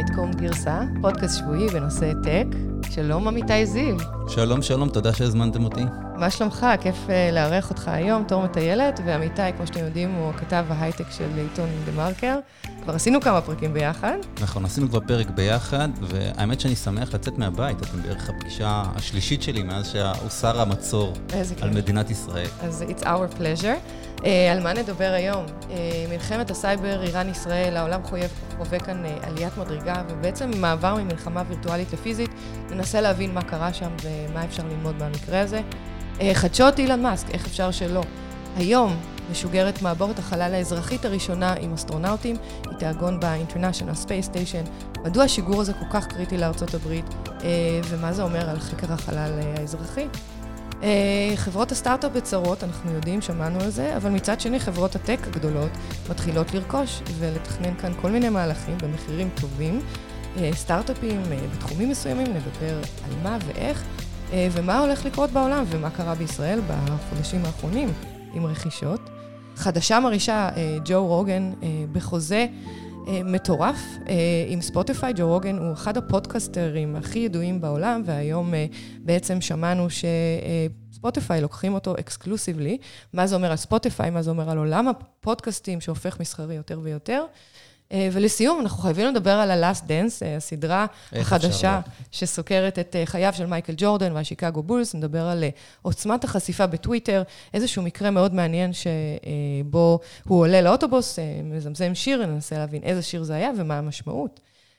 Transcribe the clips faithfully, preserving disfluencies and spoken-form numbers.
לתקום גרסה, פודקאסט שבועי בנושא טק. שלום אמיתי זיו. שלום, שלום, תודה שהזמנתם אותי. מה שלומך? כיף לארח אותך היום, תור מטיילת, ואמיתי, כמו שאתם יודעים, הוא כתב ההייטק של עיתון דה-מרקר. כבר עשינו כמה פרקים ביחד. נכון, עשינו כבר פרק ביחד, והאמת שאני שמח לצאת מהבית. אתם בערך הפגישה השלישית שלי מאז שהוסר המצור על מדינת ישראל. אז it's our pleasure. Uh, על מה נדבר היום? Uh, מלחמת הסייבר, איראן ישראל, העולם חווה כאן uh, עליית מדרגה, ובעצם מעבר ממלחמה וירטואלית לפיזית, ננסה להבין מה קרה שם ומה אפשר ללמוד במקרה הזה. Uh, חדשות אילון מאסק, איך אפשר שלא? היום משוגרת מעבורת החלל האזרחית הראשונה עם אסטרונאוטים, היא תעגון ב-International Space Station. מדוע השיגור הזה כל כך קריטי לארצות הברית, uh, ומה זה אומר על חקר החלל uh, האזרחי? חברות הסטארט-אפ בצרות, אנחנו יודעים, שמענו על זה, אבל מצד שני חברות הטק הגדולות מתחילות לרכוש ולתכנן כאן כל מיני מהלכים במחירים טובים. סטארט-אפים בתחומים מסוימים, נדבר על מה ואיך, ומה הולך לקרות בעולם ומה קרה בישראל בחודשים האחרונים עם רכישות. חדשה מרישה, ג'ו רוגן בחוזה מטורף עם ספוטיפיי. ג'ו רוגן הוא אחד הפודקאסטרים הכי ידועים בעולם, והיום בעצם שמענו שספוטיפיי לוקחים אותו אקסקלוסיבלי. מה זה אומר על ספוטיפיי? מה זה אומר על עולם הפודקאסטים שהופך מסחרי יותר ויותר? ולסיום, אנחנו חייבים לדבר על ה-Last Dance, הסדרה החדשה שסוקרת את חייו של מייקל ג'ורדן והשיקגו בולס. נדבר על עוצמת החשיפה בטוויטר, איזשהו מקרה מאוד מעניין שבו הוא עולה לאוטובוס, מזמזם שיר, ננסה להבין איזה שיר זה היה ומה המשמעות.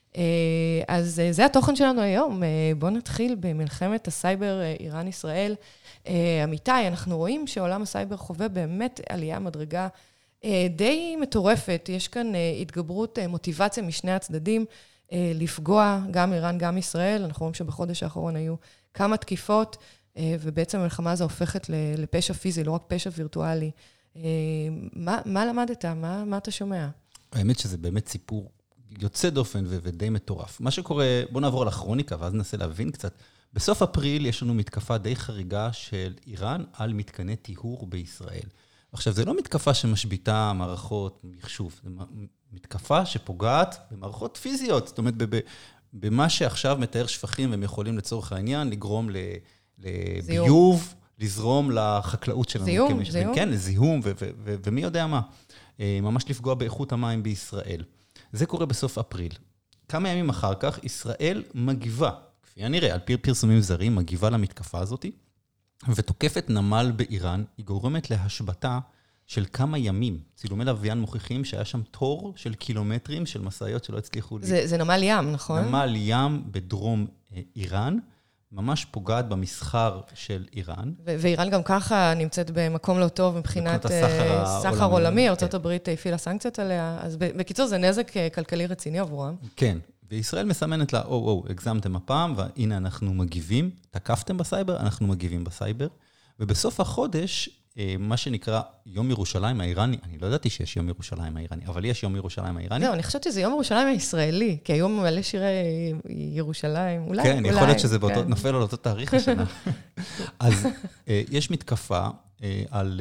אז זה התוכן שלנו היום. בואו נתחיל במלחמת הסייבר איראן-ישראל. אמיתי, אנחנו רואים שעולם הסייבר חווה באמת עלייה מדרגה די מטורפת. יש כאן התגברות מוטיבציה משני הצדדים לפגוע, גם איראן, גם ישראל. אנחנו רואים שבחודש האחרון היו כמה תקיפות, ובעצם המלחמה הזו הופכת לפשע פיזי, לא רק פשע וירטואלי. מה, מה למדת? מה, מה אתה שומע? האמת שזה באמת סיפור יוצא דופן ו- ודי מטורף. מה שקורה, בוא נעבור על הכרוניקה, ואז ננסה להבין קצת. בסוף אפריל יש לנו מתקפה די חריגה של איראן על מתקני טיהור בישראל. עכשיו, זה לא מתקפה שמשביתה מערכות מחשוב, זה מתקפה שפוגעת במערכות פיזיות, זאת אומרת, במה שעכשיו מתאר שפכים, והם יכולים לצורך העניין לגרום לביוב, לזרום לחקלאות שלנו. זיהום, זיהום. כן, לזיהום, ומי יודע מה. ממש לפגוע באיכות המים בישראל. זה קורה בסוף אפריל. כמה ימים אחר כך, ישראל מגיבה, כפי הנראה, על פי פרסומים זרים, מגיבה למתקפה הזאת, ותוקפת נמל באיראן. היא גורמת להשבתה של כמה ימים. צילומי לוויין מוכיחים שהיה שם תור של קילומטרים של מסעיות שלא הצליחו... זה, זה נמל ים, נכון? נמל ים בדרום איראן, ממש פוגעת במסחר של איראן. ו- ואיראן גם ככה נמצאת במקום לא טוב מבחינת סחר, סחר עולמי. ארצות כן. הברית הפעילה סנקציות עליה. אז בקיצור, זה נזק כלכלי רציני עבורם. כן. וישראל מסמנת לה, או, או, הגזמתם הפעם, והנה אנחנו מגיבים, תקפתם בסייבר, אנחנו מגיבים בסייבר, ובסוף החודש, מה שנקרא יום ירושלים האיראני, אני לא ידעתי שיש יום ירושלים האיראני, אבל יש יום ירושלים האיראני. לא, אני חושבת שזה יום ירושלים הישראלי, כי היום מלא שירי ירושלים, אולי, כן, אולי. יכול להיות שזה באותו, נופל על אותו תאריך השנה. אז יש מתקפה על,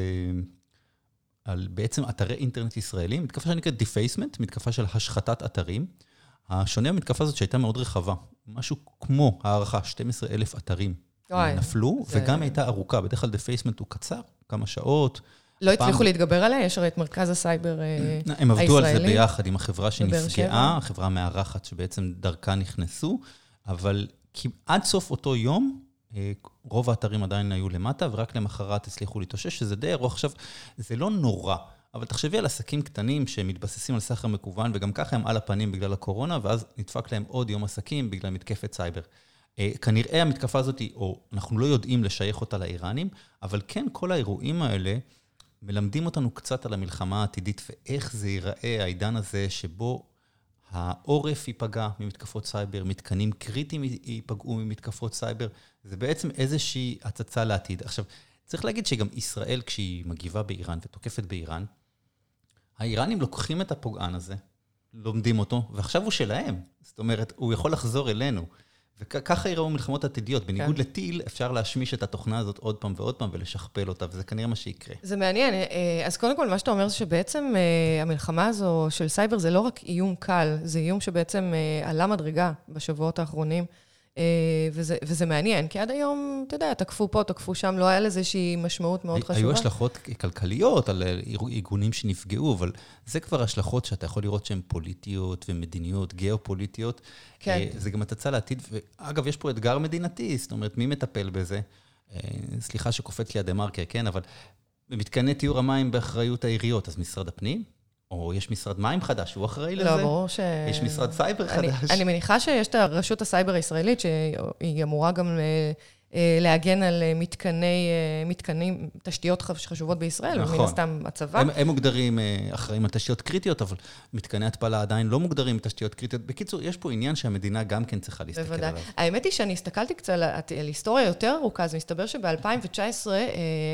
על בעצם אתרי אינטרנט ישראלים, מתקפה שנקראת דיפייסמנט, מתקפה של השחתת אתרים. השונה המתקפה הזאת שהייתה מאוד רחבה, משהו כמו הערכה, שנים עשר אלף אתרים נפלו, וגם הייתה ארוכה, בדרך כלל דפייסמנט הוא קצר, כמה שעות. לא הצליחו להתגבר עליה, יש הרי את מרכז הסייבר הישראלי. הם עבדו על זה ביחד עם החברה שנפגעה, החברה המארחת שבעצם דרכה נכנסו, אבל עד סוף אותו יום, רוב האתרים עדיין היו למטה, ורק למחרת הצליחו להתאושש, שזה די ארוך. עכשיו, זה לא נורא, אבל תחשבי על עסקים קטנים שמתבססים על סחר מקוון, וגם ככה הם על הפנים בגלל הקורונה, ואז נדפק להם עוד יום עסקים בגלל מתקפת סייבר. כנראה המתקפה הזאת, או אנחנו לא יודעים לשייך אותה לאיראנים, אבל כן כל האירועים האלה מלמדים אותנו קצת על המלחמה העתידית, ואיך זה ייראה העידן הזה שבו העורף ייפגע ממתקפות סייבר, מתקנים קריטיים ייפגעו ממתקפות סייבר, זה בעצם איזושהי הצצה לעתיד. עכשיו, צריך להגיד שגם ישראל, כשהיא מגיבה באיראן ותוקפת באיראן, האיראנים לוקחים את הפוגען הזה, לומדים אותו, ועכשיו הוא שלהם. זאת אומרת, הוא יכול לחזור אלינו. וככה יראו מלחמות עתידיות. בניגוד לטיל, אפשר להשמיש את התוכנה הזאת עוד פעם ועוד פעם ולשכפל אותה, וזה כנראה מה שיקרה. זה מעניין. אז קודם כל, מה שאתה אומר זה שבעצם המלחמה הזו של סייבר זה לא רק איום קל, זה איום שבעצם עלה מדרגה בשבועות האחרונים, וזה, וזה מעניין, כי עד היום, אתה יודע, תקפו פה, תקפו שם, לא היה לזה איזושהי משמעות מאוד חשובה. היו השלכות כלכליות על ארגונים שנפגעו, אבל זה כבר השלכות שאתה יכול לראות שהן פוליטיות ומדיניות, גיאופוליטיות. כן. זה גם התצא לעתיד, ואגב, יש פה אתגר מדינתי, זאת אומרת, מי מטפל בזה? סליחה שקופץ לי הדמרקר, כן, אבל במתקני טיהור המים באחריות העיריות, אז משרד הפנים? או יש משרד מים חדש, הוא אחראי לזה? לא, ברור ש... יש משרד סייבר חדש? אני מניחה שיש את רשות הסייבר הישראלית, שהיא אמורה גם להגן על מתקני, מתקנים, תשתיות חשובות בישראל, ומן הסתם הצבא. הם מוגדרים אחראים על תשתיות קריטיות, אבל מתקני התפלה עדיין לא מוגדרים תשתיות קריטיות. בקיצור, יש פה עניין שהמדינה גם כן צריכה להסתכל עליו. בוודאי. האמת היא שאני הסתכלתי קצת על היסטוריה יותר ארוכה, אז מסתבר שב-אלפיים תשע עשרה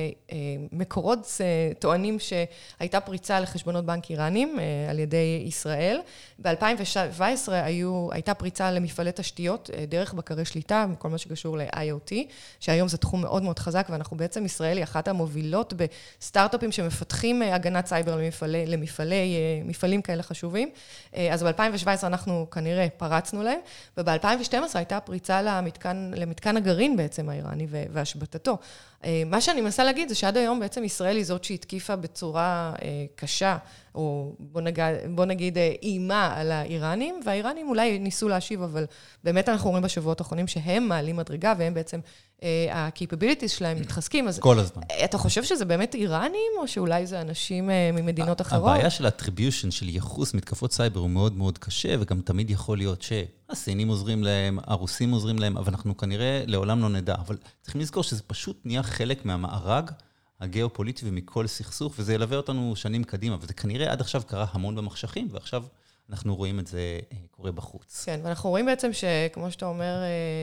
מקורות טוענים שהייתה פריצה לחשבונות בנק איראנים על ידי ישראל. ב-אלפיים שבע עשרה הייתה פריצה למפעלי תשתיות, דרך בקרי שליטה, כל מה שקשור ל-איי או טי. שהיום זה תחום מאוד מאוד חזק, ואנחנו בעצם ישראל היא אחת המובילות בסטארט-אפים שמפתחים הגנת סייבר למפעלי, למפעלי, מפעלים כאלה חשובים. אז ב-אלפיים שבע עשרה אנחנו כנראה פרצנו להם, וב-אלפיים ושתים עשרה הייתה פריצה למתקן, למתקן הגרעין בעצם האיראני והשבטתו. מה שאני מנסה להגיד זה שעד היום בעצם ישראל היא זאת שהתקיפה בצורה קשה, או בוא נגיד, בוא נגיד אימה על האיראנים, והאיראנים אולי ניסו להשיב, אבל באמת אנחנו רואים בשבועות האחרונים שהם מעלים מדרגה, והם בעצם, ה-capabilities שלהם מתחזקים. כל הזמן. אתה חושב שזה באמת איראנים, או שאולי זה אנשים ממדינות אחרות? הבעיה של attribution, של יחוס מתקפות סייבר, הוא מאוד מאוד קשה, וגם תמיד יכול להיות שהסינים עוזרים להם, הרוסים עוזרים להם, אבל אנחנו כנראה לעולם לא נדע. אבל צריכים לזכור שזה פשוט נהיה חלק מהמארג הגיאופוליטי ומכל סכסוך, וזה ילווה אותנו שנים קדימה, וזה כנראה עד עכשיו קרה המון במחשכים, ועכשיו אנחנו רואים את זה קורה בחוץ. כן, ואנחנו רואים בעצם שכמו שאתה אומר,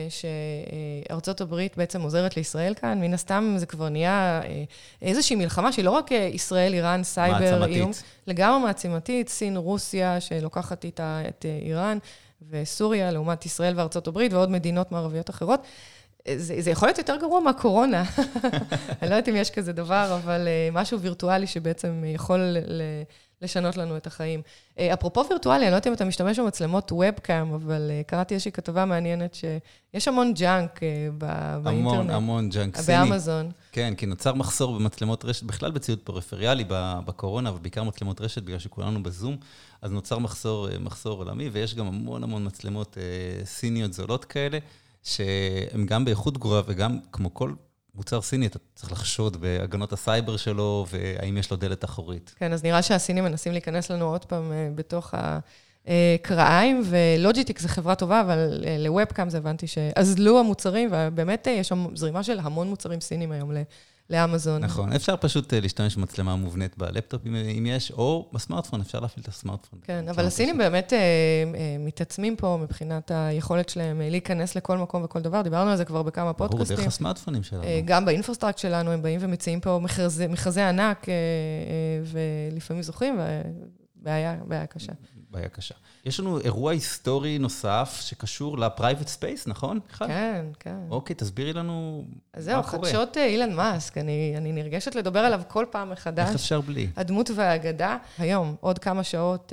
שארצות הברית בעצם עוזרת לישראל כאן, מן הסתם זה כבר נהיה איזושהי מלחמה שהיא לא רק ישראל, איראן, סייבר, איום, לגמרי מעצימתית, סין, רוסיה, שלוקחת איתה את איראן, וסוריה, לעומת ישראל וארצות הברית, ועוד מדינות מערביות אחרות. זה, זה יכול להיות יותר גרוע מהקורונה. אני לא יודעת אם יש כזה דבר, אבל משהו וירטואלי שבעצם יכול לשנות לנו את החיים. אפרופו וירטואלי, אני לא יודעת אם אתה משתמש במצלמות ובקאם, אבל קראתי איזושהי כתבה מעניינת שיש המון ג'אנק באינטרנט. המון, המון ג'אנק סיני. באמזון. כן, כי נוצר מחסור במצלמות רשת, בכלל בציוד פריפריאלי בקורונה, ובעיקר מצלמות רשת, בגלל שכולנו בזום, אז נוצר מחסור, מחסור עולמי, ויש גם המון המון מצלמות סיניות זולות כאלה, שהם גם באיכות גרועה, וגם כמו כל מוצר סיני, אתה צריך לחשוד בהגנות הסייבר שלו, והאם יש לו דלת אחורית. כן, אז נראה שהסינים מנסים להיכנס לנו עוד פעם בתוך הקרעיים, ולוג'יטיק זה חברה טובה, אבל לוובקאם זה הבנתי שאזלו המוצרים, ובאמת יש שם זרימה של המון מוצרים סינים היום לאמזון. נכון, אפשר פשוט להשתמש במצלמה מובנית בלפטופ אם יש, או בסמארטפון, אפשר להפעיל את הסמארטפון. כן, אבל הסינים באמת מתעצמים פה מבחינת היכולת שלהם להיכנס לכל מקום וכל דבר. דיברנו על זה כבר בכמה פודקאסטים. ברור, דרך הסמארטפונים שלנו. גם באינפרסטרקט שלנו הם באים ומציעים פה מכרזי ענק, ולפעמים זוכים, ובעיה קשה. בעיה קשה. יש לנו אירוע היסטורי נוסף שקשור לפרייבט ספייס, נכון? כן, כן. אוקיי, תסבירי לנו מה קורה. זהו, חדשות אילן מאסק, אני, אני נרגשת לדבר עליו כל פעם מחדש. איך אפשר בלי? הדמות והאגדה. היום, עוד כמה שעות,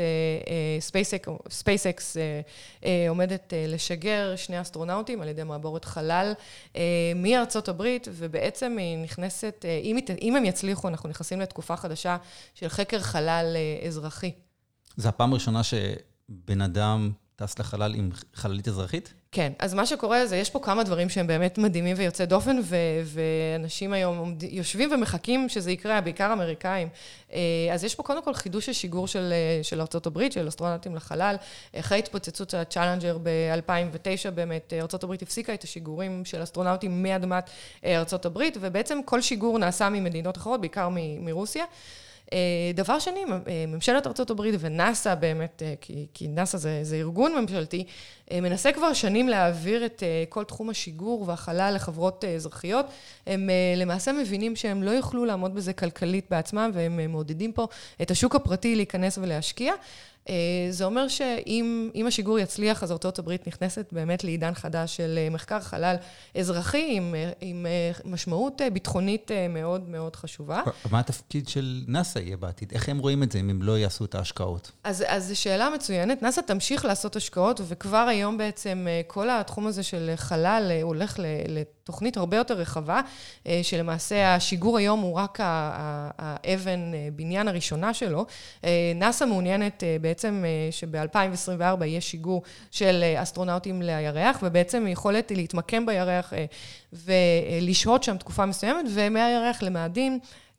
ספייסקס עומדת לשגר שני אסטרונאוטים על ידי מעבורת חלל מארצות הברית, ובעצם היא נכנסת, אם, אם הם יצליחו, אנחנו נכנסים לתקופה חדשה של חקר חלל אזרחי. זה הפעם הראשונה שבן אדם טס לחלל עם חללית אזרחית? כן, אז מה שקורה זה, יש פה כמה דברים שהם באמת מדהימים ויוצא דופן, ו- ואנשים היום יושבים ומחכים שזה יקרה, בעיקר אמריקאים. אז יש פה קודם כל חידוש השיגור של, של ארצות הברית, של אסטרונאוטים לחלל. אחרי התפוצצות הצ'אלנג'ר ב-אלפיים ותשע, באמת, ארצות הברית הפסיקה את השיגורים של אסטרונאוטים מאדמת ארצות הברית, ובעצם כל שיגור נעשה ממדינות אחרות, בעיקר מ- מרוסיה. דבר שני, ממשלת ארצות הברית ונאסא באמת, כי, כי נאסא זה, זה ארגון ממשלתי, מנסה כבר שנים להעביר את כל תחום השיגור והחלל לחברות אזרחיות. הם למעשה מבינים שהם לא יוכלו לעמוד בזה כלכלית בעצמם, והם מעודדים פה את השוק הפרטי להיכנס ולהשקיע. זה אומר שאם אם השיגור יצליח, אז ארצות הברית נכנסת באמת לעידן חדש של מחקר חלל אזרחי, עם, עם משמעות ביטחונית מאוד מאוד חשובה. מה התפקיד של נאס"א יהיה בעתיד? איך הם רואים את זה אם הם לא יעשו את ההשקעות? אז, אז זו שאלה מצוינת. נאס"א תמשיך לעשות השקעות, וכבר היום בעצם כל התחום הזה של חלל הולך לתוכנית הרבה יותר רחבה, שלמעשה השיגור היום הוא רק האבן בניין הראשונה שלו. נאס"א מעוניינת בעצם שב-אלפיים עשרים וארבע יהיה שיגור של אסטרונאוטים לירח, ובעצם יכולת להתמקם בירח ולשהות שם תקופה מסוימת, ומהירח למאדים,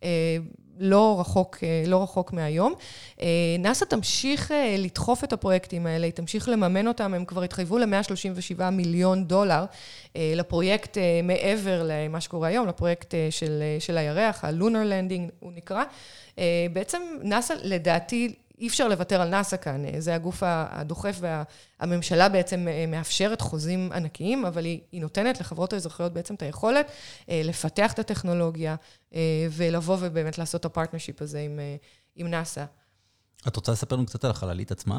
לא רחוק, לא רחוק מהיום. נאס"א תמשיך לדחוף את הפרויקטים האלה, היא תמשיך לממן אותם, הם כבר התחייבו ל-מאה שלושים ושבעה מיליון דולר לפרויקט מעבר למה שקורה היום, לפרויקט של, של הירח, ה-Lunar Landing הוא נקרא. בעצם נאס"א לדעתי, אי אפשר לוותר על נאס"א כאן, זה הגוף הדוחף והממשלה בעצם מאפשרת חוזים ענקיים, אבל היא, היא נותנת לחברות האזרחיות בעצם את היכולת לפתח את הטכנולוגיה ולבוא ובאמת לעשות את הפרטנרשיפ הזה עם, עם נאס"א. את רוצה לספר לנו קצת על החללית עצמה?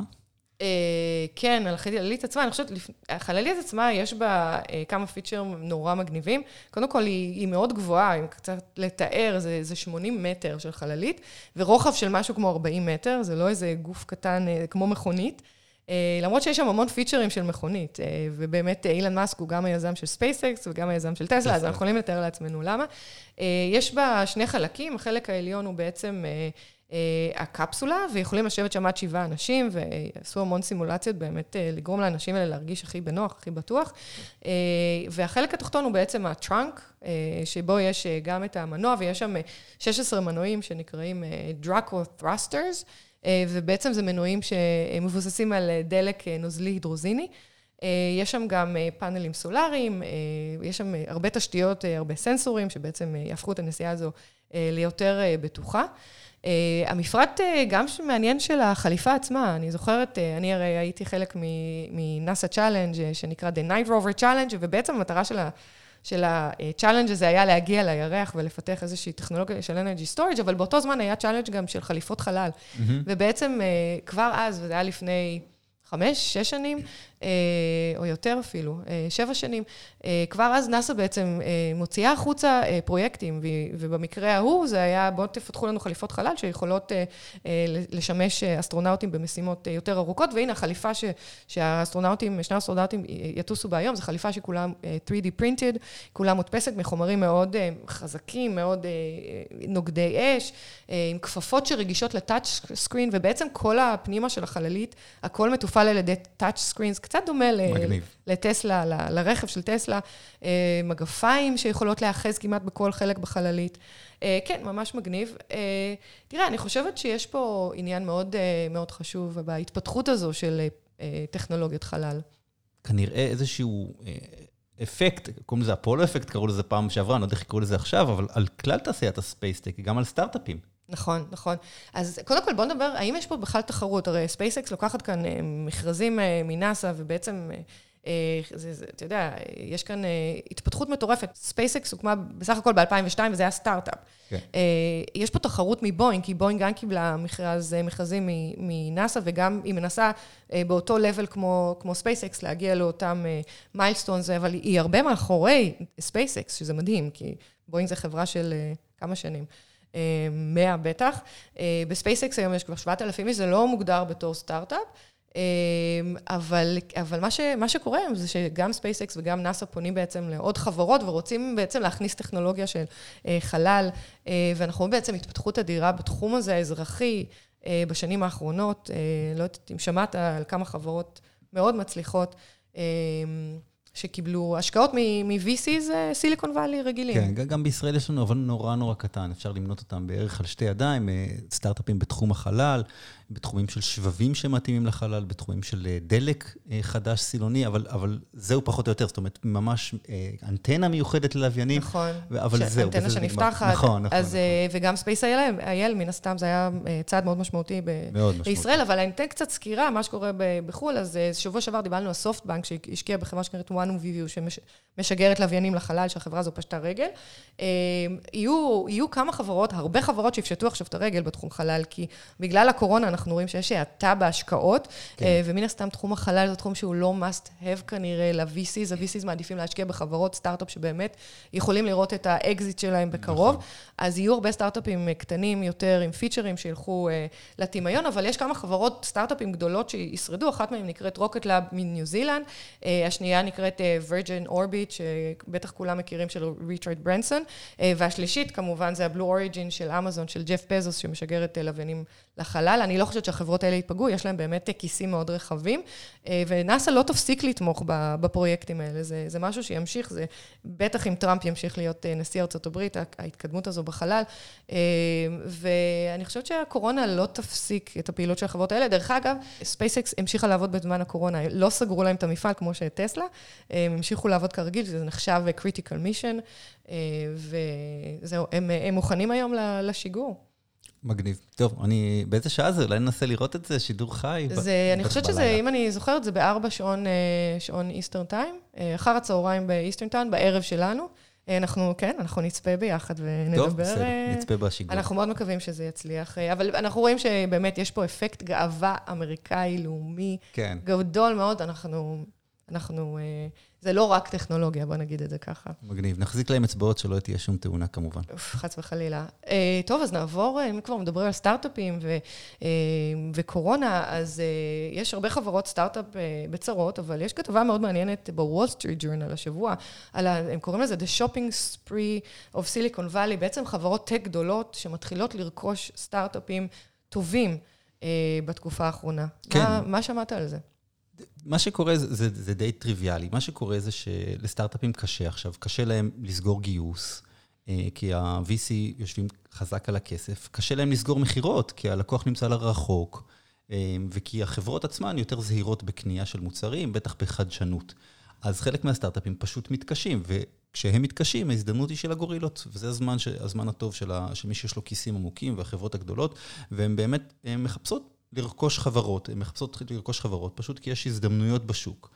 כן, על החללית עצמה, אני חושבת, החללית עצמה יש בה כמה פיצ'ר נורא מגניבים. קודם כל, היא, היא מאוד גבוהה, אם קצת לתאר, זה, זה שמונים מטר של חללית, ורוחב של משהו כמו ארבעים מטר, זה לא איזה גוף קטן כמו מכונית. למרות שיש שם המון פיצ'רים של מכונית, ובאמת אילן מאסק הוא גם היזם של ספייסקס וגם היזם של טסלה, אז אנחנו יכולים לתאר לעצמנו למה. יש בה שני חלקים, החלק העליון הוא בעצם הקפסולה, ויכולים לשבת שם עד שבעה אנשים, ועשו המון סימולציות באמת לגרום לאנשים האלה להרגיש הכי בנוח, הכי בטוח. והחלק התחתון הוא בעצם הטראנק, שבו יש גם את המנוע, ויש שם שש עשרה מנועים שנקראים דראקו ת'רסטרס, ובעצם זה מנועים שמבוססים על דלק נוזלי הידרוזיני. יש שם גם פאנלים סולאריים, יש שם הרבה תשתיות, הרבה סנסורים, שבעצם יהפכו את הנסיעה הזו ליותר בטוחה. המפרט גם מעניין של החליפה עצמה, אני זוכרת, אני הרי הייתי חלק מ-נאס"א Challenge, שנקרא The Night Rover Challenge, ובעצם המטרה של ה... של ה-challenge הזה היה להגיע לירח ולפתח איזושהי טכנולוגיה של energy storage, אבל באותו זמן היה challenge גם של חליפות חלל. Mm-hmm. ובעצם כבר אז, וזה היה לפני חמש, שש שנים, או יותר אפילו, שבע שנים, כבר אז נאס"א בעצם מוציאה החוצה פרויקטים, ובמקרה ההוא זה היה, בואו תפתחו לנו חליפות חלל שיכולות לשמש אסטרונאוטים במשימות יותר ארוכות, והנה החליפה שהאסטרונאוטים, שני האסטרונאוטים יטוסו בה היום, זו חליפה שכולם תרי די printed, כולה מודפסת מחומרים מאוד חזקים, מאוד נוגדי אש, עם כפפות שרגישות לטאץ' סקרין, ובעצם כל הפנימה של החללית, הכל מטופל על ידי טאץ' סקרינס, קצת דומה לטסלה, ל- לרכב של טסלה, מגפיים שיכולות להאחז כמעט בכל חלק בחללית. כן, ממש מגניב. תראה, אני חושבת שיש פה עניין מאוד, מאוד חשוב בהתפתחות הזו של טכנולוגיות חלל. כנראה איזשהו אפקט, קוראים לזה אפולו אפקט, קראו לזה פעם שעברה, אני לא יודע איך קראו לזה עכשיו, אבל על כלל תעשיית הספייסטק, גם על סטארט-אפים. נכון, נכון. אז קודם כל בוא נדבר, האם יש פה בכלל תחרות? הרי ספייסקס לוקחת כאן מכרזים מנאס"א, ובעצם, זה, זה, אתה יודע, יש כאן התפתחות מטורפת. ספייסקס הוקמה בסך הכל ב-אלפיים ושתיים, וזה היה סטארט-אפ. כן. יש פה תחרות מבוינג, כי בוינג גם קיבלה מכרז, מכרזים מנאס"א, וגם היא מנסה באותו לבל כמו, כמו ספייסקס, להגיע לאותם מיילסטונס, אבל היא הרבה מאחורי ספייסקס, שזה מדהים, כי בוינג זה חברה של כמה שנים. מאה בטח. בספייסקס היום יש כבר שבעת אלפים, זה לא מוגדר בתור סטארט-אפ, אבל, אבל מה ש, מה שקורה זה שגם ספייסקס וגם נאס"א פונים בעצם לעוד חברות, ורוצים בעצם להכניס טכנולוגיה של חלל, ואנחנו רואים בעצם התפתחות אדירה בתחום הזה האזרחי בשנים האחרונות. לא יודעת אם שמעת על כמה חברות מאוד מצליחות, שקיבלו השקעות מ-וי סי'ז, סיליקון ואלי רגילים. כן, גם בישראל יש לנו אבל נורא נורא קטן, אפשר למנות אותם בערך על שתי ידיים, סטארט-אפים בתחום החלל, בתחומים של שבבים שמתאימים לחלל, בתחומים של דלק חדש סילוני, אבל, אבל זהו פחות או יותר, זאת אומרת, ממש אנטנה מיוחדת ללוויינים, נכון, אבל זהו. אנטנה שנפתחת. נכון, נכון. אז, נכון. וגם ספייס אייל, מן הסתם, זה היה צעד מאוד משמעותי ב- מאוד בישראל, משמעותי. אבל אני אתן קצת סקירה, מה שקורה בחו"ל, אז שבוע שעבר דיברנו על סופטבנק, שהשקיע בחברה שקראת OneView, משגרת לוויינים לחלל, שהחברה הזו פשטה רגל. יהיו, יהיו כמה חברות, הרבה חברות שיפשטו עכשיו את הרגל בתחום חלל, כי בגלל הקורונה אנחנו רואים שיש האטה בהשקעות, כן. ומן הסתם תחום החלל זה תחום שהוא לא must have כנראה ל-וי סיז, ה-וי סיז מעדיפים להשקיע בחברות סטארט-אפ שבאמת יכולים לראות את האקזיט שלהם בקרוב, נכון. אז יהיו הרבה סטארט-אפים קטנים יותר עם פיצ'רים שילכו uh, לטימיון, אבל יש כמה חברות סטארט-אפים גדולות שישרדו, אחת מהן נקראת Rocket Lab מניו זילנד, uh, השנייה נקראת uh, Virgin Orbit, שבטח כולם מכירים של ריצ'רד ברנסון, uh, והשלישית כמובן זה ה-Blue Origin של אמזון, של ג'ף בזוס, שמשגרת לוויינים לחלל. אני לא חושבת שהחברות האלה ייפגעו, יש להם באמת כיסים מאוד רחבים, uh, ונאסא לא תפסיק לתמוך בפרויקטים האלה, זה, זה משהו שימשיך, זה בטח אם טראמפ ימשיך להיות uh, נשיא ארצות הברית, ההתקדמות הזו בחלל, uh, ואני חושבת שהקורונה לא תפסיק את הפעילות של החברות האלה. דרך אגב, SpaceX המשיכה לעבוד בזמן הקורונה, לא סגרו להם את המפעל כמו שטסלה, הם המשיכו לעבוד כרגיל, זה נחשב critical mission, וזהו, הם, הם מוכנים היום לשיגור. מגניב. טוב, אני, באיזה שעה זה? אולי ננסה לראות את זה, שידור חי? זה, ב- אני חושבת שזה, אם אני זוכרת, זה בארבע שעון, שעון איסטרן טיים, אחר הצהריים באיסטרן טיים, בערב שלנו. אנחנו, כן, אנחנו נצפה ביחד ונדבר. טוב, בסדר, נצפה בשיגור. אנחנו מאוד מקווים שזה יצליח, אבל אנחנו רואים שבאמת יש פה אפקט גאווה אמריקאי, לאומי, כן. גדול מאוד, אנחנו, אנחנו, זה לא רק טכנולוגיה, בוא נגיד את זה ככה. מגניב, נחזיק להם אצבעות שלא תהיה שום תאונה כמובן. אוף, חץ וחלילה. טוב, אז נעבור, אם כבר מדברים על סטארט-אפים ו, וקורונה, אז יש הרבה חברות סטארט-אפ בצרות, אבל יש כתבה מאוד מעניינת בוול סטריט ג'ורנל השבוע, על, הם קוראים לזה The Shopping Spree of Silicon Valley, בעצם חברות טק גדולות שמתחילות לרכוש סטארט-אפים טובים בתקופה האחרונה. כן. מה, מה שמעת על זה? מה שקורה זה, זה, זה די טריוויאלי. מה שקורה זה שלסטארט-אפים קשה עכשיו, קשה להם לסגור גיוס, כי ה-וי סי יושבים חזק על הכסף, קשה להם לסגור מחירות, כי הלקוח נמצא לרחוק, וכי החברות עצמן יותר זהירות בקנייה של מוצרים, בטח בחדשנות. אז חלק מהסטארט-אפים פשוט מתקשים, וכשהם מתקשים, ההזדמנות היא של הגורילות, וזה הזמן, הזמן הטוב של, ה, של מי שיש לו כיסים עמוקים, והחברות הגדולות, והן באמת מחפשות לרכוש חברות, הן מחפשות לרכוש חברות, פשוט כי יש הזדמנויות בשוק.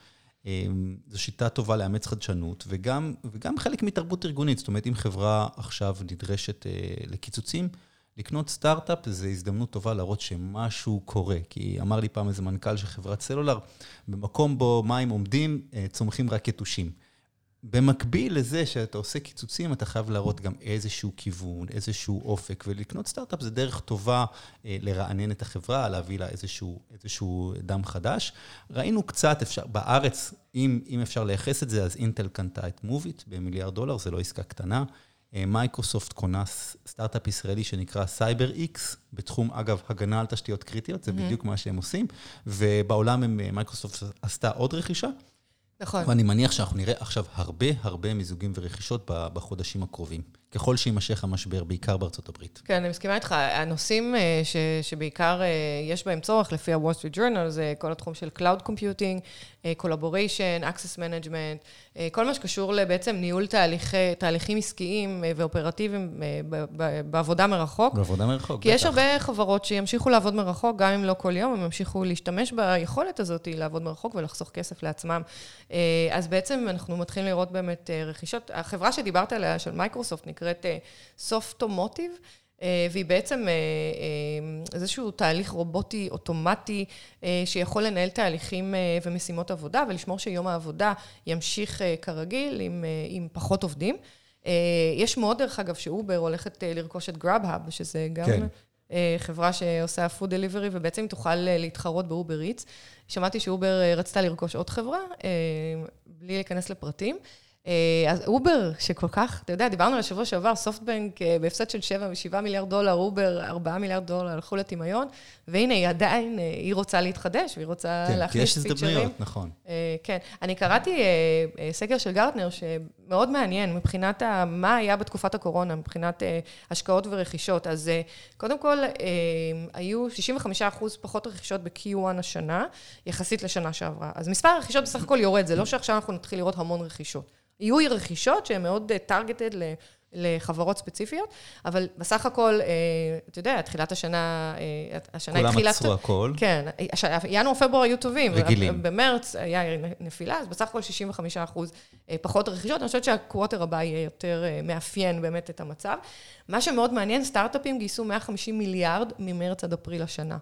זו שיטה טובה לאמץ חדשנות, וגם, וגם חלק מתרבות ארגונית, זאת אומרת, אם חברה עכשיו נדרשת לקיצוצים, לקנות סטארט-אפ זה הזדמנות טובה להראות שמשהו קורה, כי אמר לי פעם איזה מנכ"ל של חברת סלולר, במקום בו מים עומדים, צומחים רק יתושים. במקביל לזה שאתה עושה קיצוצים, אתה חייב להראות גם איזשהו כיוון, איזשהו אופק, ולקנות סטארט-אפ זה דרך טובה אה, לרענן את החברה, להביא לה איזשהו, איזשהו דם חדש. ראינו קצת, אפשר, בארץ, אם, אם אפשר לייחס את זה, אז אינטל קנתה את מוביט במיליארד דולר, זה לא עסקה קטנה. אה, מייקרוסופט קונה סטארט-אפ ישראלי שנקרא סייבר איקס, בתחום, אגב, הגנה על תשתיות קריטיות, זה mm-hmm. בדיוק מה שהם עושים, ובעולם הם, מייקרוסופט עשתה עוד רכישה, נכון. ואני מניח שאנחנו נראה עכשיו הרבה, הרבה מיזוגים ורכישות בחודשים הקרובים, ככל שימשך המשבר, בעיקר בארצות הברית. כן, אני מסכימה איתך. הנושאים ש, שבעיקר יש בהם צורך, לפי ה-Wall Street Journal, זה כל התחום של Cloud Computing, Collaboration, Access Management, כל מה שקשור לבעצם ניהול תהליך, תהליכים עסקיים ואופרטיביים בעבודה מרחוק. בעבודה מרחוק, כי בטח. יש הרבה חברות שימשיכו לעבוד מרחוק, גם אם לא כל יום, הם ימשיכו להשתמש ביכולת הזאת לעבוד מרחוק ולחסוך כסף לעצמם. אז בעצם אנחנו מתחילים לראות באמת רכישות. החברה שדיברת עליה, של מייקרוסופט, נקראת סופטומוטיב, והיא בעצם איזשהו תהליך רובוטי, אוטומטי, שיכול לנהל תהליכים ומשימות עבודה, ולשמור שיום העבודה ימשיך כרגיל עם, עם פחות עובדים. יש מאוד דרך אגב שאובר הולכת לרכוש את GrabHub, שזה גם כן. חברה שעושה food delivery, ובעצם תוכל להתחרות באובר איטס. שמעתי שאובר רצתה לרכוש עוד חברה, בלי להיכנס לפרטים. אז אובר, שכל כך, אתה יודע, דיברנו על השבוע שעבר, סופטבנק בהפסד של שבעה מיליארד דולר, אובר ארבעה מיליארד דולר, הלכו לטימיון, והנה היא עדיין, היא רוצה להתחדש, והיא רוצה כן, להכניס פיצ'רים. כי יש הזדמנויות, נכון. כן, אני קראתי סקר של גרטנר, שמאוד מעניין, מבחינת מה היה בתקופת הקורונה, מבחינת השקעות ורכישות. אז קודם כל, היו שישים וחמישה אחוז פחות רכישות ב-קיו אחת השנה, יחסית לשנה שעברה. אז מספר הרכישות בסך הכל יורד, זה לא שעכשיו אנחנו נתחיל לראות המון רכישות. יהיו רכישות שהן מאוד targeted לחברות ספציפיות, אבל בסך הכל, אתה יודע, תחילת השנה, השנה התחילה... כולם עצרו הכל. כן, ינואר ופברואר היו טובים. רגילים. במרץ היה נפילה, אז בסך הכל שישים וחמישה אחוז פחות רכישות. אני חושבת שהקווטר הבא יהיה יותר מאפיין באמת את המצב. מה שמאוד מעניין, סטארט-אפים גייסו מאה וחמישים מיליארד ממרץ עד אפריל השנה.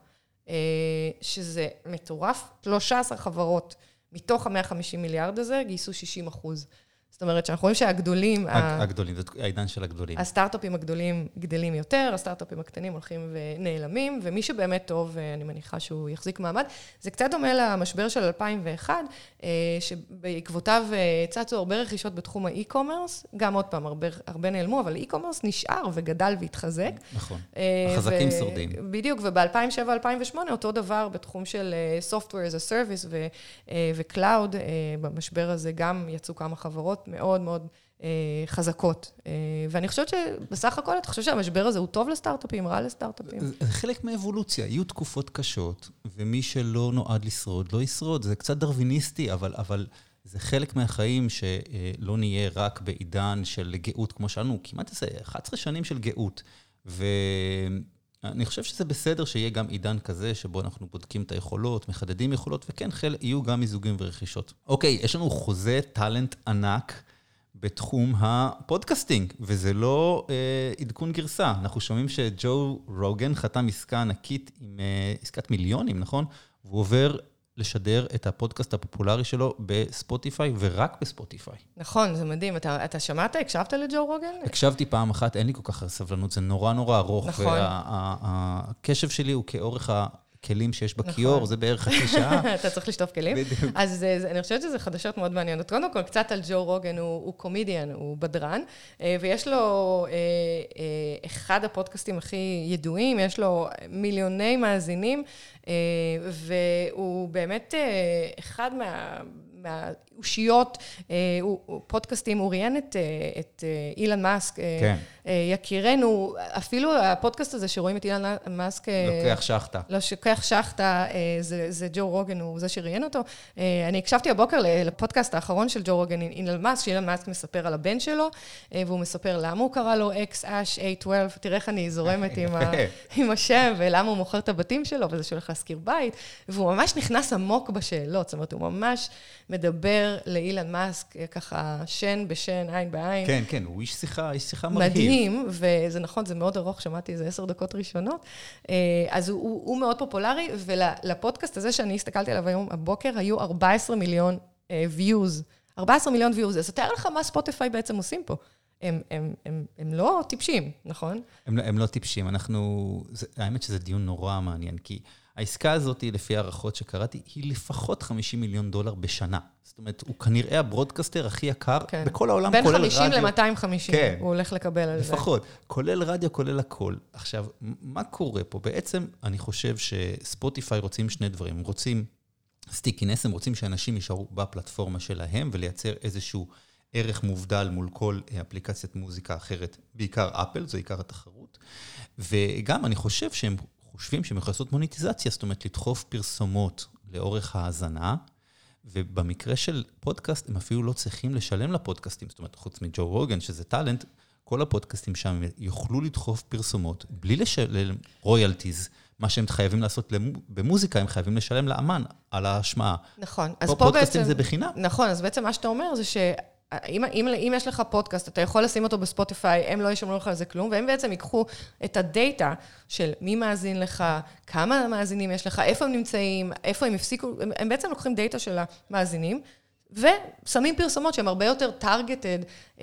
שזה מטורף. שלוש עשרה חברות מתוך ה-מאה וחמישים מיליארד הזה גייסו שישים אחוז. זאת אומרת, שאנחנו רואים שהגדולים... הגדולים, זה העידן של הגדולים. הסטארט-אפים הגדולים גדלים יותר, הסטארט-אפים הקטנים הולכים ונעלמים, ומי שבאמת טוב, אני מניחה שהוא יחזיק מעמד. זה קצת דומה למשבר של אלפיים ואחת, שבעקבותיו צצו הרבה רכישות בתחום האי-קומרס, גם עוד פעם, הרבה, הרבה נעלמו, אבל האי-קומרס נשאר וגדל והתחזק. נכון, החזקים ו- שורדים. בדיוק, וב-אלפיים ושבע אלפיים ושמונה, אותו דבר בתחום של Software as a Service ו- ו-Cloud, במשבר הזה גם יצאו כמה חברות, מאוד מאוד אה, חזקות. אה, ואני חושבת שבסך הכל, אתה חושב שהמשבר הזה הוא טוב לסטארט-אפים, רע לסטארט-אפים? זה חלק מאבולוציה. יהיו תקופות קשות, ומי שלא נועד לשרוד, לא ישרוד. זה קצת דרוויניסטי, אבל, אבל זה חלק מהחיים שלא נהיה רק בעידן של גאות, כמו שאנו, כמעט איזה אחת עשרה שנים של גאות. ואני חושב שזה בסדר שיהיה גם עידן כזה, שבו אנחנו בודקים את היכולות, מחדדים יכולות, וכן, חל, יהיו גם מיזוגים ורכישות. אוקיי, יש לנו חוזה טלנט ענק, בתחום הפודקאסטינג, וזה לא אה, עדכון גרסה. אנחנו שומעים שג'ו רוגן חתם עסקה ענקית עם אה, עסקת מיליונים, נכון? והוא עובר לשדר את הפודקאסט הפופולרי שלו בספוטיפיי, ורק בספוטיפיי. נכון, זה מדהים. אתה, אתה שמעת? הקשבת לג'ו רוגן? הקשבתי פעם אחת, אין לי כל כך סבלנות, זה נורא נורא ארוך. נכון. והקשב שלי הוא כאורך ה... כלים שיש בכיור, זה בערך חצי שעה. אתה צריך לשטוף כלים. בדיוק. אז אני חושבת שזה חדשות מאוד מעניינות. קודם כל, קצת על ג'ו רוגן, הוא קומדיאן, הוא בדרן, ויש לו אחד הפודקאסטים הכי ידועים, יש לו מיליוני מאזינים, והוא באמת אחד מה... מהאושיות, פודקאסטים, הוא ראיין את, את אילן מאסק, כן. יכירנו, אפילו הפודקאסט הזה שרואים את אילן מאסק... לוקח שחטה. לוקח שחטה, זה, זה ג'ו רוגן, הוא זה שראיין אותו. אני הקשבתי הבוקר לפודקאסט האחרון של ג'ו רוגן, אילן מאסק, שאילן מאסק מספר על הבן שלו, והוא מספר למה הוא קרא לו אקס אש איי שתים עשרה, תראה איך אני זורמת עם, ה, עם השם, ולמה הוא מוכר את הבתים שלו, וזה שהולך להזכיר בית, והוא ממש נכנס עמוק בשאלות, זאת אומרת, הוא ממש מדבר לאילן מאסק, ככה שן בשן, עין בעין. כן, כן, הוא איש שיחה, איש שיחה מרהיב. מדהים, וזה נכון, זה מאוד ארוך, שמעתי איזה עשר דקות ראשונות. אז הוא, הוא, הוא מאוד פופולרי, ולפודקאסט הזה שאני הסתכלתי עליו היום הבוקר, היו ארבעה עשר מיליון views. ארבעה עשר מיליון views. אז תאר לך מה ספוטיפיי בעצם עושים פה. הם, הם, הם, הם לא טיפשים, נכון? הם, הם לא טיפשים. אנחנו, זה, האמת שזה דיון נורא מעניין, כי העסקה הזאת, לפי הערכות שקראתי, היא לפחות חמישים מיליון דולר בשנה. זאת אומרת, הוא כנראה הברודקאסטר הכי יקר כן. בכל העולם, כולל רדיו. בין חמישים ל-מאתיים וחמישים, כן. הוא הולך לקבל על זה. לפחות, כולל רדיו, כולל הכל. עכשיו, מה קורה פה? בעצם, אני חושב שספוטיפיי רוצים שני דברים. הם רוצים סטיקינס, הם רוצים שאנשים יישארו בפלטפורמה שלהם, ולייצר איזשהו ערך מובדל מול כל אפליקציית מוזיקה אחרת, בעיקר אפל, זו עיקר התחרות. וגם אני חושב שהם חושבים שהם יכולים לעשות מוניטיזציה, זאת אומרת, לדחוף פרסומות לאורך ההאזנה, ובמקרה של פודקאסט, הם אפילו לא צריכים לשלם לפודקאסטים, זאת אומרת, חוץ מג'ו רוגן, שזה טלנט, כל הפודקאסטים שם יוכלו לדחוף פרסומות, בלי לשלם רויאלטיז, מה שהם חייבים לעשות במוזיקה, הם חייבים לשלם לאמן על ההשמעה. נכון. פה פודקאסטים זה בחינם. נכון, אז בעצם מה שאתה אומר זה ש... אם, אם, אם יש לך פודקאסט, אתה יכול לשים אותו בספוטיפיי, הם לא ישמרו לך על זה כלום, והם בעצם ייקחו את הדאטה של מי מאזין לך, כמה מאזינים יש לך, איפה הם נמצאים, איפה הם הפסיקו, הם, הם בעצם לוקחים דאטה של המאזינים, ושמים פרסומות שהם הרבה יותר טרגטד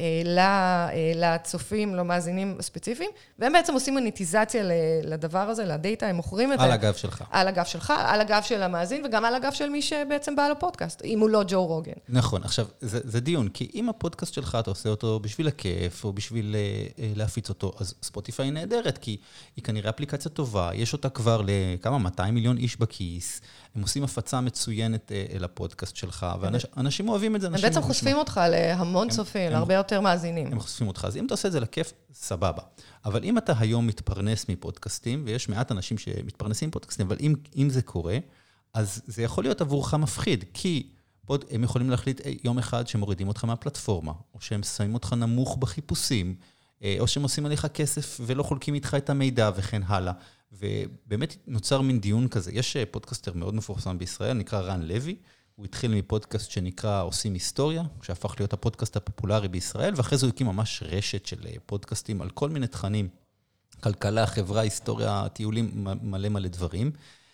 אה, לצופים, למאזינים הספציפיים, והם בעצם עושים מוניטיזציה לדבר הזה, לדאטה, הם מוכרים את זה. על הגב שלך. על הגב שלך, על הגב של המאזין, וגם על הגב של מי שבעצם בא לפודקאסט, אם הוא לא ג'ו רוגן. נכון, עכשיו, זה, זה דיון, כי אם הפודקאסט שלך, אתה עושה אותו בשביל הכיף, או בשביל אה, להפיץ אותו, אז ספוטיפיי נהדרת, כי היא כנראה אפליקציה טובה, יש אותה כבר לכמה, מאתיים מיליון איש בכיס, הם עושים הפצה מצוינת אל הפודקאסט שלך, ואנשים אוהבים את זה. הם בעצם חושפים אותך להמון צופים, להרבה יותר מאזינים. הם חושפים אותך, אז אם אתה עושה את זה לכיף, סבבה. אבל אם אתה היום מתפרנס מפודקאסטים, ויש מעט אנשים שמתפרנסים מפודקאסטים, אבל אם, אם זה קורה, אז זה יכול להיות עבורך מפחיד, כי הם יכולים להחליט יום אחד שמורידים אותך מהפלטפורמה, או שהם שמים אותך נמוך בחיפושים, או שהם עושים עליך כסף ולא חולקים איתך את המידע וכן הלאה. ובאמת נוצר מין דיון כזה. יש פודקאסטר מאוד מפורסם בישראל, נקרא רן לוי, הוא התחיל מפודקאסט שנקרא עושים היסטוריה, שהפך להיות הפודקאסט הפופולרי בישראל, ואחרי זה הוא הקים ממש רשת של פודקאסטים על כל מיני תכנים, כלכלה, חברה, היסטוריה, טיולים, מלא מלא דברים.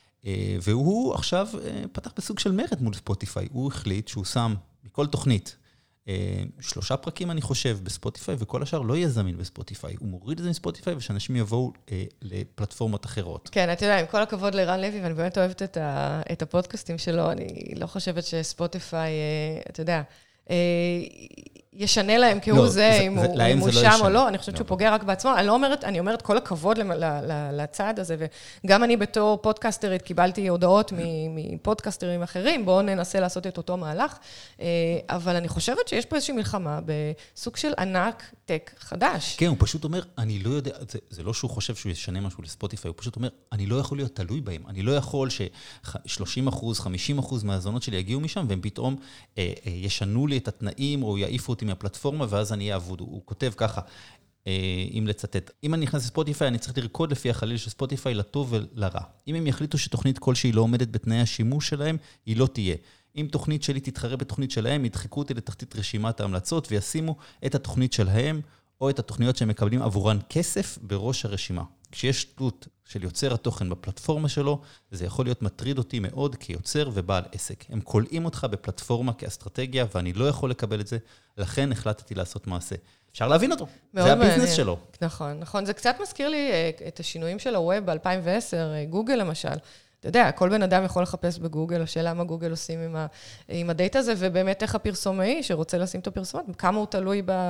והוא עכשיו פתח בסוג של מרד מול ספוטיפיי. הוא החליט שהוא שם מכל תוכנית, שלושה פרקים אני חושב בספוטיפיי, וכל השאר לא יהיה זמין בספוטיפיי. הוא מוריד את זה מספוטיפיי, ושאנשים יבואו אה, לפלטפורמות אחרות. כן, אתה יודע, עם כל הכבוד לרן לוי, ואני באמת אוהבת את, ה, את הפודקאסטים שלו, אני לא חושבת שספוטיפיי, אה, אתה יודע, אה, ישנה להם כהוא לא, זה, זה, אם זה, הוא, אם הוא לא שם ישנה. או לא, אני חושבת לא. שהוא פוגע רק בעצמו. אני לא אומרת, אני אומרת כל הכבוד לצעד הזה, וגם אני בתור פודקאסטרית קיבלתי הודעות מפודקאסטרים אחרים, בואו ננסה לעשות את אותו מהלך, אבל אני חושבת שיש פה איזושהי מלחמה בסוג של ענק טק חדש. כן, הוא פשוט אומר, אני לא יודע, זה, זה לא שהוא חושב שהוא ישנה משהו לספוטיפיי, הוא פשוט אומר, אני לא יכול להיות תלוי בהם, אני לא יכול ש-שלושים אחוז, חמישים אחוז מהזונות שלי יגיעו משם, והם פתאום אה, אה, ישנו לי את התנאים, או יעיפו אותי מהפלטפורמה, ואז אני אעבוד. הוא כותב ככה, אם לצטט, אם אני נכנס לספוטיפיי, אני צריך לרקוד לפי החליל של ספוטיפיי לטוב ולרע. אם הם יחליטו שתוכנית כלשהי לא עומדת בתנאי השימוש שלהם, היא לא תהיה. אם תוכנית שלי תתחרה בתוכנית שלהם, ידחקו אותי לתחתית רשימת ההמלצות, וישימו את התוכנית שלהם, או את התוכניות שהם מקבלים עבורן כסף בראש הרשימה. כשיש תלות של יוצר התוכן בפלטפורמה שלו, זה יכול להיות מטריד אותי מאוד כיוצר ובעל עסק. הם קולעים אותך בפלטפורמה כאסטרטגיה, ואני לא יכול לקבל את זה, לכן החלטתי לעשות מעשה. אפשר להבין אותו, זה הביזנס שלו. נכון, נכון. זה קצת מזכיר לי את השינויים של הווב ב-אלפיים ועשר, גוגל למשל. אתה יודע, כל בן אדם יכול לחפש בגוגל, השאלה מה גוגל עושים עם, ה, עם הדאטה הזה, ובאמת איך הפרסומאי שרוצה לשים את הפרסומות, כמה הוא תלוי ב,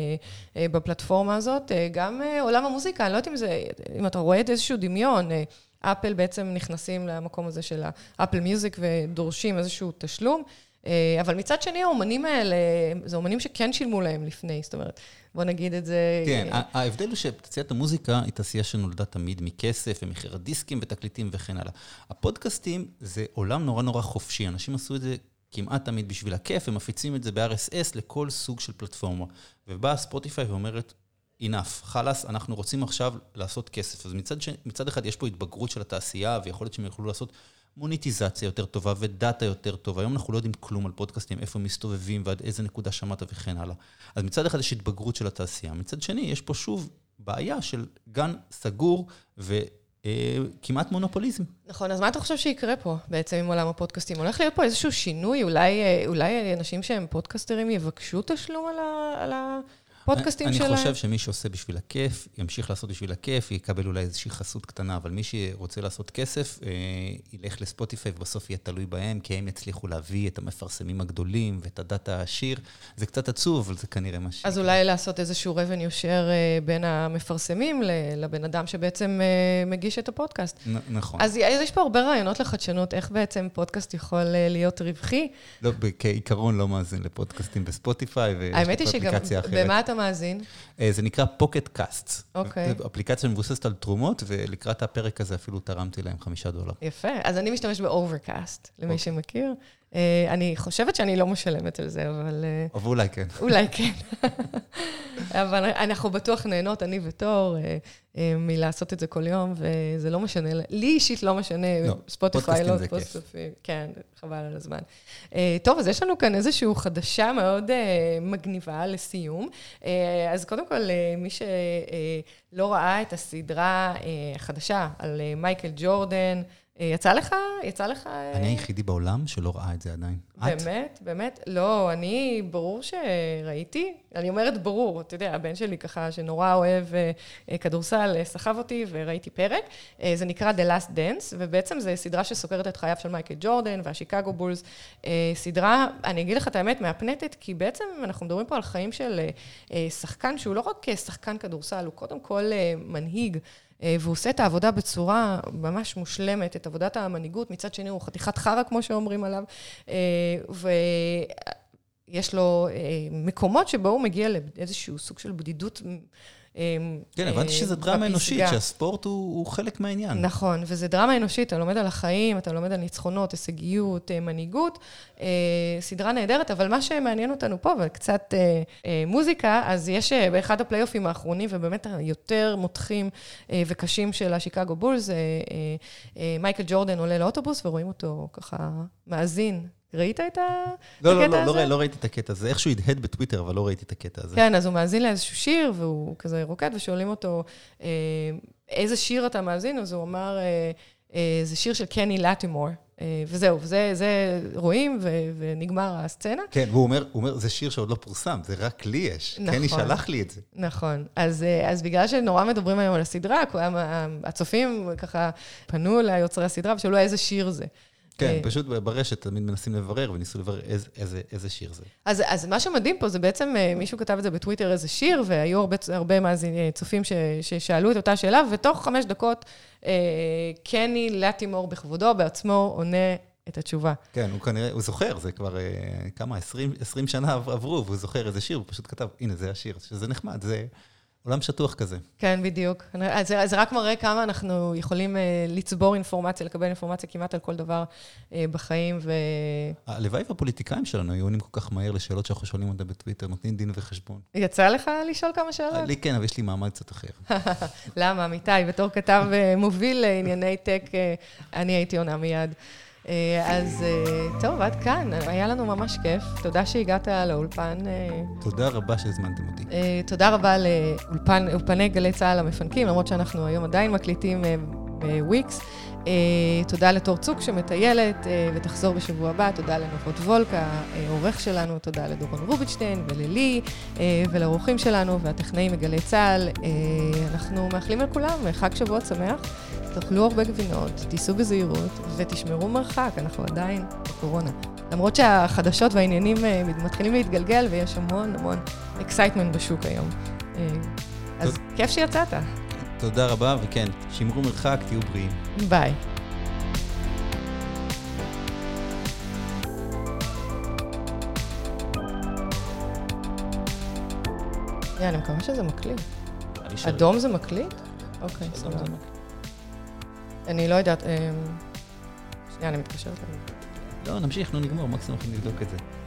בפלטפורמה הזאת. גם עולם המוזיקה, אני לא יודעת אם זה, אם אתה רואה את איזשהו דמיון, אפל בעצם נכנסים למקום הזה של האפל מיוזיק ודורשים איזשהו תשלום, אבל מצד שני, האומנים האלה, זה אומנים שכן שילמו להם לפני, זאת אומרת, בוא נגיד את זה. כן, ההבדל הוא שתעשיית המוזיקה היא תעשייה שנולדה תמיד מכסף ומחיר הדיסקים ותקליטים וכן הלאה. הפודקאסטים זה עולם נורא נורא חופשי, אנשים עשו את זה כמעט תמיד בשביל הכיף, הם מפיצים את זה ב-אר אס אס לכל סוג של פלטפורמה. ובאה ספוטיפיי ואומרת, enough, חלס, אנחנו רוצים עכשיו לעשות כסף. אז מצד, ש... מצד אחד יש פה התבגרות של התעשייה, ויכול להיות שהם יוכלו לעשות מוניטיזציה יותר טובה ודאטה יותר טובה. היום אנחנו לא יודעים כלום על פודקאסטים, איפה הם מסתובבים ועד איזה נקודה שמעת וכן הלאה. אז מצד אחד יש התבגרות של התעשייה. מצד שני, יש פה שוב בעיה של גן סגור וכמעט מונופוליזם. נכון, אז מה אתה חושב שיקרה פה בעצם עם עולם הפודקאסטים? הולך להיות פה איזשהו שינוי, אולי, אולי אנשים שהם פודקאסטרים יבקשו תשלום על ה... על ה... פודקאסטים שלהם. אני חושב שמי שעושה בשביל הכיף, ימשיך לעשות בשביל הכיף, יקבל אולי איזושהי חסות קטנה, אבל מי שרוצה לעשות כסף, ילך לספוטיפיי ובסוף יהיה תלוי בהם, כי הם יצליחו להביא את המפרסמים הגדולים ואת הדאטה העשיר. זה קצת עצוב, אבל זה כנראה מה ש... אז אולי לעשות איזשהו revenue share בין המפרסמים לבן אדם שבעצם מגיש את הפודקאסט. נכון. אז יש פה הרבה רעיונות לחדשנות, איך בעצם פודקאסט יכול להיות רווחי. לא, כעיקרון לא מאזין לפודקאסטים בספוטיפיי, ויש אפליקציה אחרת. במה אתה מאזין? זה נקרא פוקט קאסט. אוקיי. זו אפליקציה מבוססת על תרומות, ולקראת הפרק הזה אפילו תרמתי להם חמישה דולר. יפה. אז אני משתמש באוברקאסט, למי שמכיר. אני חושבת שאני לא משלמת על זה, אבל... אבל אולי כן. אולי כן. אבל אנחנו בטוח נהנות, אני ותור, מלעשות את זה כל יום, וזה לא משנה, לי אישית לא משנה, ספוטיפיי לא ספוטיפיי, כן, חבל על הזמן. טוב, אז יש לנו כאן איזושהי חדשה מאוד מגניבה לסיום. אז קודם כל, מי שלא ראה את הסדרה החדשה על מייקל ג'ורדן, יצא לך? יצא לך? אני היחידי בעולם שלא ראה את זה עדיין. באמת? באמת? לא, אני, ברור שראיתי. אני אומרת ברור, אתה יודע, הבן שלי ככה שנורא אוהב כדורסל, סחב אותי וראיתי פרק. זה נקרא The Last Dance, ובעצם זה סדרה שסוקרת את חייו של מייקל ג'ורדן והשיקגו בולס. סדרה, אני אגיד לך את האמת, מהפנטת, כי בעצם אנחנו מדברים פה על חיים של שחקן, שהוא לא רק שחקן כדורסל, הוא קודם כל מנהיג, והוא עושה את העבודה בצורה ממש מושלמת, את עבודת המנהיגות, מצד שני הוא חתיכת חרה, כמו שאומרים עליו, ויש לו מקומות שבו הוא מגיע לאיזשהו סוג של בדידות כן, הבנתי שזה דרמה אנושית, שהספורט הוא חלק מהעניין. נכון, וזה דרמה אנושית, אתה לומד על החיים, אתה לומד על ניצחונות, הישגיות, מנהיגות, סדרה נהדרת, אבל מה שמעניין אותנו פה, וקצת מוזיקה, אז יש באחד הפלייאופים האחרונים, ובאמת היותר מותחים וקשים של השיקגו בולס, מייקל ג'ורדן עולה לאוטובוס, ורואים אותו ככה מאזין. ראית את הקטע הזה? לא, לא, לא ראיתי את הקטע הזה. איכשהו הדהד בטוויטר, אבל לא ראיתי את הקטע הזה. כן, אז הוא מאזין לאיזשהו שיר, והוא כזה רוקד, ושואלים אותו, איזה שיר אתה מאזין? אז הוא אמר, זה שיר של קני לטימור. וזהו, זה רואים, ונגמר הסצנה. כן, והוא אומר, זה שיר שעוד לא פורסם, זה רק לי יש. קני שלח לי את זה. נכון. אז בגלל שנורא מדברים היום על הסדרה, הצופים ככה פנו ליוצרי הסדרה, ושאלו איזה שיר זה. כן, פשוט ברשת תמיד מנסים לברר, וניסו לברר איזה שיר זה. אז מה שמדהים פה, זה בעצם, מישהו כתב את זה בטוויטר, איזה שיר, והיו הרבה צופים ששאלו את אותה שאלה, ותוך חמש דקות, קני לטימור בכבודו, בעצמו עונה את התשובה. כן, הוא כנראה, הוא זוכר, זה כבר כמה, עשרים שנה עברו, והוא זוכר איזה שיר, הוא פשוט כתב, הנה, זה השיר, שזה נחמד, זה... עולם שטוח כזה. כן, בדיוק. זה, זה רק מראה כמה אנחנו יכולים לצבור אינפורמציה, לקבל אינפורמציה כמעט על כל דבר בחיים. ו... הלוואי והפוליטיקאים שלנו היו עונים כל כך מהר לשאלות שאנחנו שואלים אותה בטוויטר, נותנים דין וחשבון. יצא לך לשאול כמה שאלות? לי כן, אבל יש לי מעמד קצת אחר. למה, אמיתי? בתור כתב מוביל לענייני טק, אני הייתי עונה מיד. אז טוב, עד כאן. היה לנו ממש כיף. תודה שהגעת לאולפן. תודה רבה שהזמנתם אותי. תודה רבה לאולפני גלי צהל המפנקים, למרות שאנחנו היום עדיין מקליטים בוויקס. תודה לתור צוק שמטיילת ותחזור בשבוע הבא. תודה לנוחות וולקה, העורך שלנו. תודה לדורון רובינשטיין וללי ולאורחים שלנו והטכנאים מגלי צהל. אנחנו מאחלים לכולם חג שבועות שמח. תאכלו הרבה גבינות, תיסעו בזהירות ותשמרו מרחק, אנחנו עדיין בקורונה. למרות שהחדשות והעניינים מתחילים להתגלגל ויש המון המון אקסייטמנט בשוק היום. אז כיף שיצאת. תודה רבה, וכן, שמרו מרחק, תהיו בריאים. ביי. אני מקווה שזה מקליט. אדום זה מקליט? אוקיי, סבבה. אני לא יודעת, שנייה, אני מתקשרת. לא, נמשיך, לא נגמור, מקסימום נבדוק את זה.